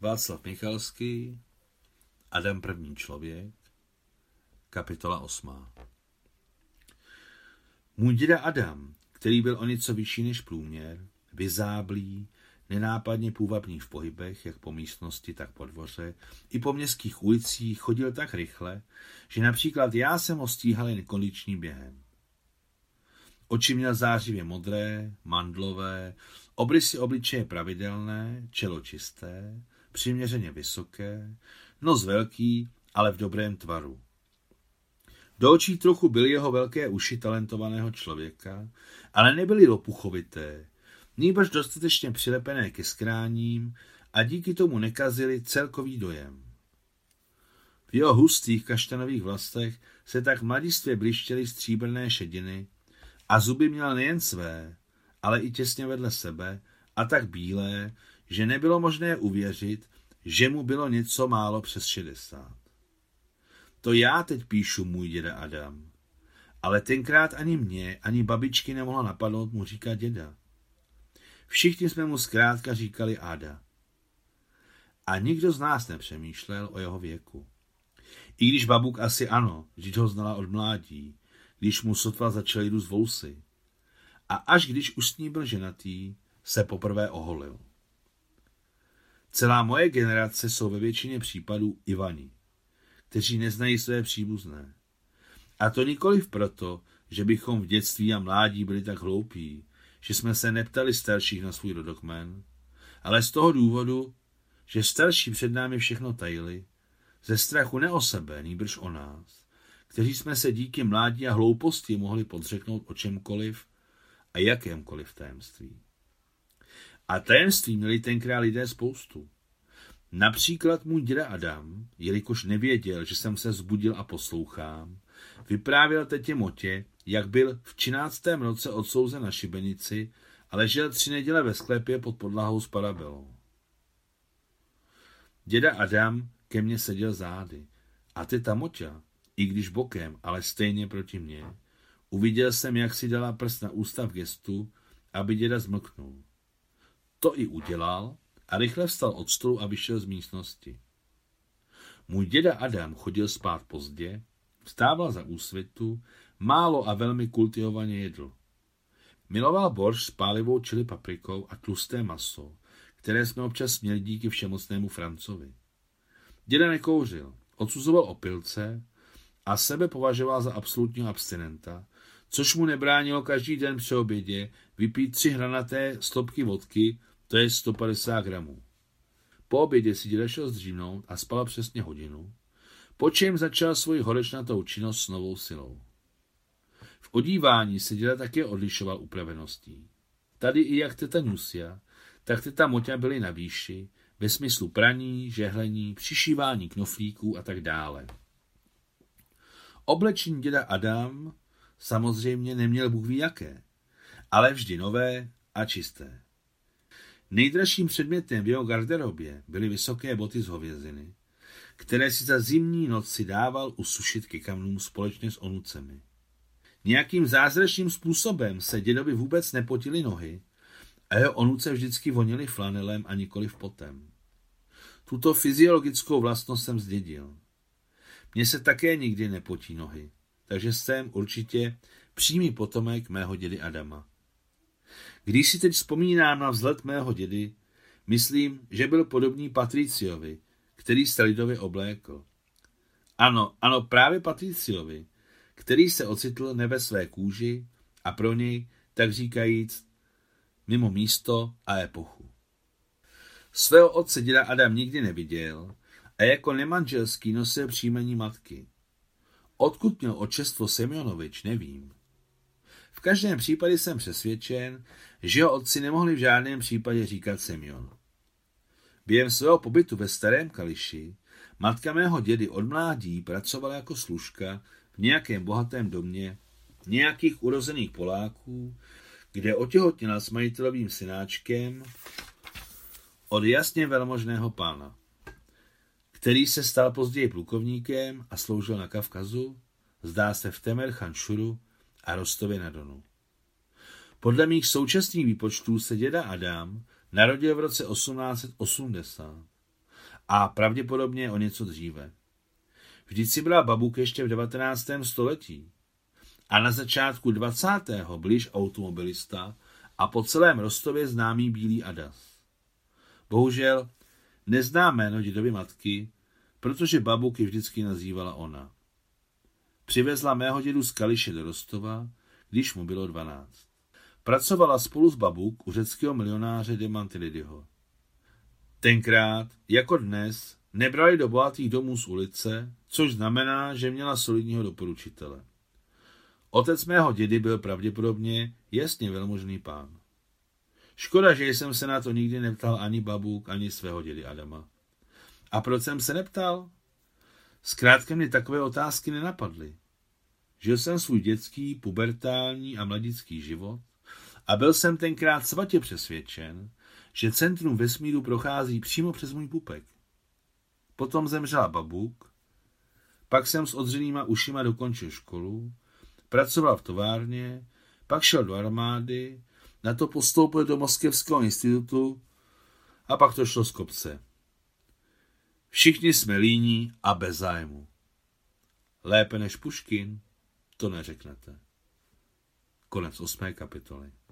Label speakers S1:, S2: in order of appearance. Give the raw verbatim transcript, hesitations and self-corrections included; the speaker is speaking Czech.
S1: Václav Michalský, Adam první člověk, kapitola osmá. Můj děda Adam, který byl o něco vyšší než průměr, vyzáblý, nenápadně půvabný v pohybech, jak po místnosti, tak po dvoře, i po městských ulicích chodil tak rychle, že například já jsem ho stíhal jen kondičním během. Oči měl zářivě modré, mandlové, obrysy obličeje pravidelné, čelo čisté, přiměřeně vysoké, nos velký, ale v dobrém tvaru. Do očí trochu byly jeho velké uši talentovaného člověka, ale nebyly lopuchovité, nýbrž dostatečně přilepené ke skráním a díky tomu nekazily celkový dojem. V jeho hustých kaštanových vlasech se tak mladistvě blištěly stříbrné šediny a zuby měl nejen své, ale i těsně vedle sebe a tak bílé, že nebylo možné uvěřit, že mu bylo něco málo přes šedesát. To já teď píšu můj děda Adam, ale tenkrát ani mě, ani babičky nemohlo napadnout mu říkat děda. Všichni jsme mu zkrátka říkali Áda. A nikdo z nás nepřemýšlel o jeho věku. I když babuk asi ano, vždyť ho znala od mládí, když mu sotva začaly růst vousy. A až když už s ní byl ženatý, se poprvé oholil. Celá moje generace jsou ve většině případů Ivani, kteří neznají své příbuzné. A to nikoliv proto, že bychom v dětství a mládí byli tak hloupí, že jsme se neptali starších na svůj rodokmen, ale z toho důvodu, že starší před námi všechno tajili, ze strachu ne o sebe, nýbrž o nás, kteří jsme se díky mládí a hlouposti mohli podřeknout o čemkoliv a jakémkoliv tajemství. A tajemství měli tenkrát lidé spoustu. Například můj děda Adam, jelikož nevěděl, že jsem se vzbudil a poslouchám, vyprávěl tetě Motě, jak byl v třináctém roce odsouzen na šibenici a ležel tři neděle ve sklepě pod podlahou s parabelou. Děda Adam ke mně seděl zády a teta Moťa, i když bokem, ale stejně proti mně, uviděl jsem, jak si dala prst na ústa v gestu, aby děda zmlknul. To i udělal a rychle vstal od stolu a vyšel z místnosti. Můj děda Adam chodil spát pozdě, vstával za úsvitu, málo a velmi kultivovaně jedl. Miloval borš s pálivou čili paprikou a tlusté maso, které jsme občas měli díky všemocnému Francovi. Děda nekouřil, odsuzoval opilce a sebe považoval za absolutního abstinenta, což mu nebránilo každý den při obědě vypít tři hranaté stopky vodky, to je sto padesát gramů. Po obědě si děda šel zdřímnout a spala přesně hodinu, po čem začal svoji horečnatou činnost s novou silou. V odívání se děda také odlišoval upraveností. Tady i jak teta Nusia, tak teta Moťa byly na výši, ve smyslu praní, žehlení, přišívání knoflíků a tak dále. Oblečení děda Adam samozřejmě neměl Bůh ví jaké, ale vždy nové a čisté. Nejdražším předmětem v jeho garderobě byly vysoké boty z hověziny, které si za zimní noci dával usušit ke kamnům společně s onucemi. Nějakým zázračným způsobem se dědovi vůbec nepotily nohy a jeho onuce vždycky vonily flanelem a nikoliv potem. Tuto fyziologickou vlastnost jsem zdědil. Mně se také nikdy nepotí nohy, takže jsem určitě přímý potomek mého dědy Adama. Když si teď vzpomínám na vzhled mého dědy, myslím, že byl podobný Patriciovi, který se lidově oblékl. Ano, ano, právě Patriciovi, který se ocitl ne ve své kůži a pro něj, tak říkajíc, mimo místo a epochu. Svého otce děda Adam nikdy neviděl a jako nemanželský nosil příjmení matky. Odkud měl otčestvo Semjonovič, nevím. V každém případě jsem přesvědčen, že jeho otci nemohli v žádném případě říkat Semjon. Během svého pobytu ve Starém Kališi matka mého dědy od mládí pracovala jako služka v nějakém bohatém domě nějakých urozených Poláků, kde otěhotněla s majitelovým synáčkem od jasně velmožného pána, který se stal později plukovníkem a sloužil na Kavkazu, zdá se v Temer-Chanšuru a Rostově na Donu. Podle mých současných výpočtů se děda Adam narodil v roce osmnáct set osmdesát. a pravděpodobně o něco dříve. Vždyť si byla Babuk ještě v devatenáctém století a na začátku dvacátého byl již automobilista a po celém Rostově známý bílý Adas. Bohužel neznám jméno dědovy matky, protože Babuk ji vždycky nazývala ona. Přivezla mého dědu z Kališe do Rostova, když mu bylo dvanáct. Pracovala spolu s Babuk u řeckého milionáře Demantilidyho. Tenkrát, jako dnes, nebrali do bohatých domů z ulice, což znamená, že měla solidního doporučitele. Otec mého dědy byl pravděpodobně jasně velmožný pán. Škoda, že jsem se na to nikdy neptal ani Babuk, ani svého dědy Adama. A proč jsem se neptal? Zkrátka mě takové otázky nenapadly. Žil jsem svůj dětský, pubertální a mladický život a byl jsem tenkrát svatě přesvědčen, že centrum vesmíru prochází přímo přes můj pupek. Potom zemřela Babuk, pak jsem s odřenýma ušima dokončil školu, pracoval v továrně, pak šel do armády, na to postoupil do Moskevského institutu a pak to šlo z kopce. Všichni jsme líní a bez zájmu. Lépe než Puškin, to neřeknete. Konec osmé kapitoly.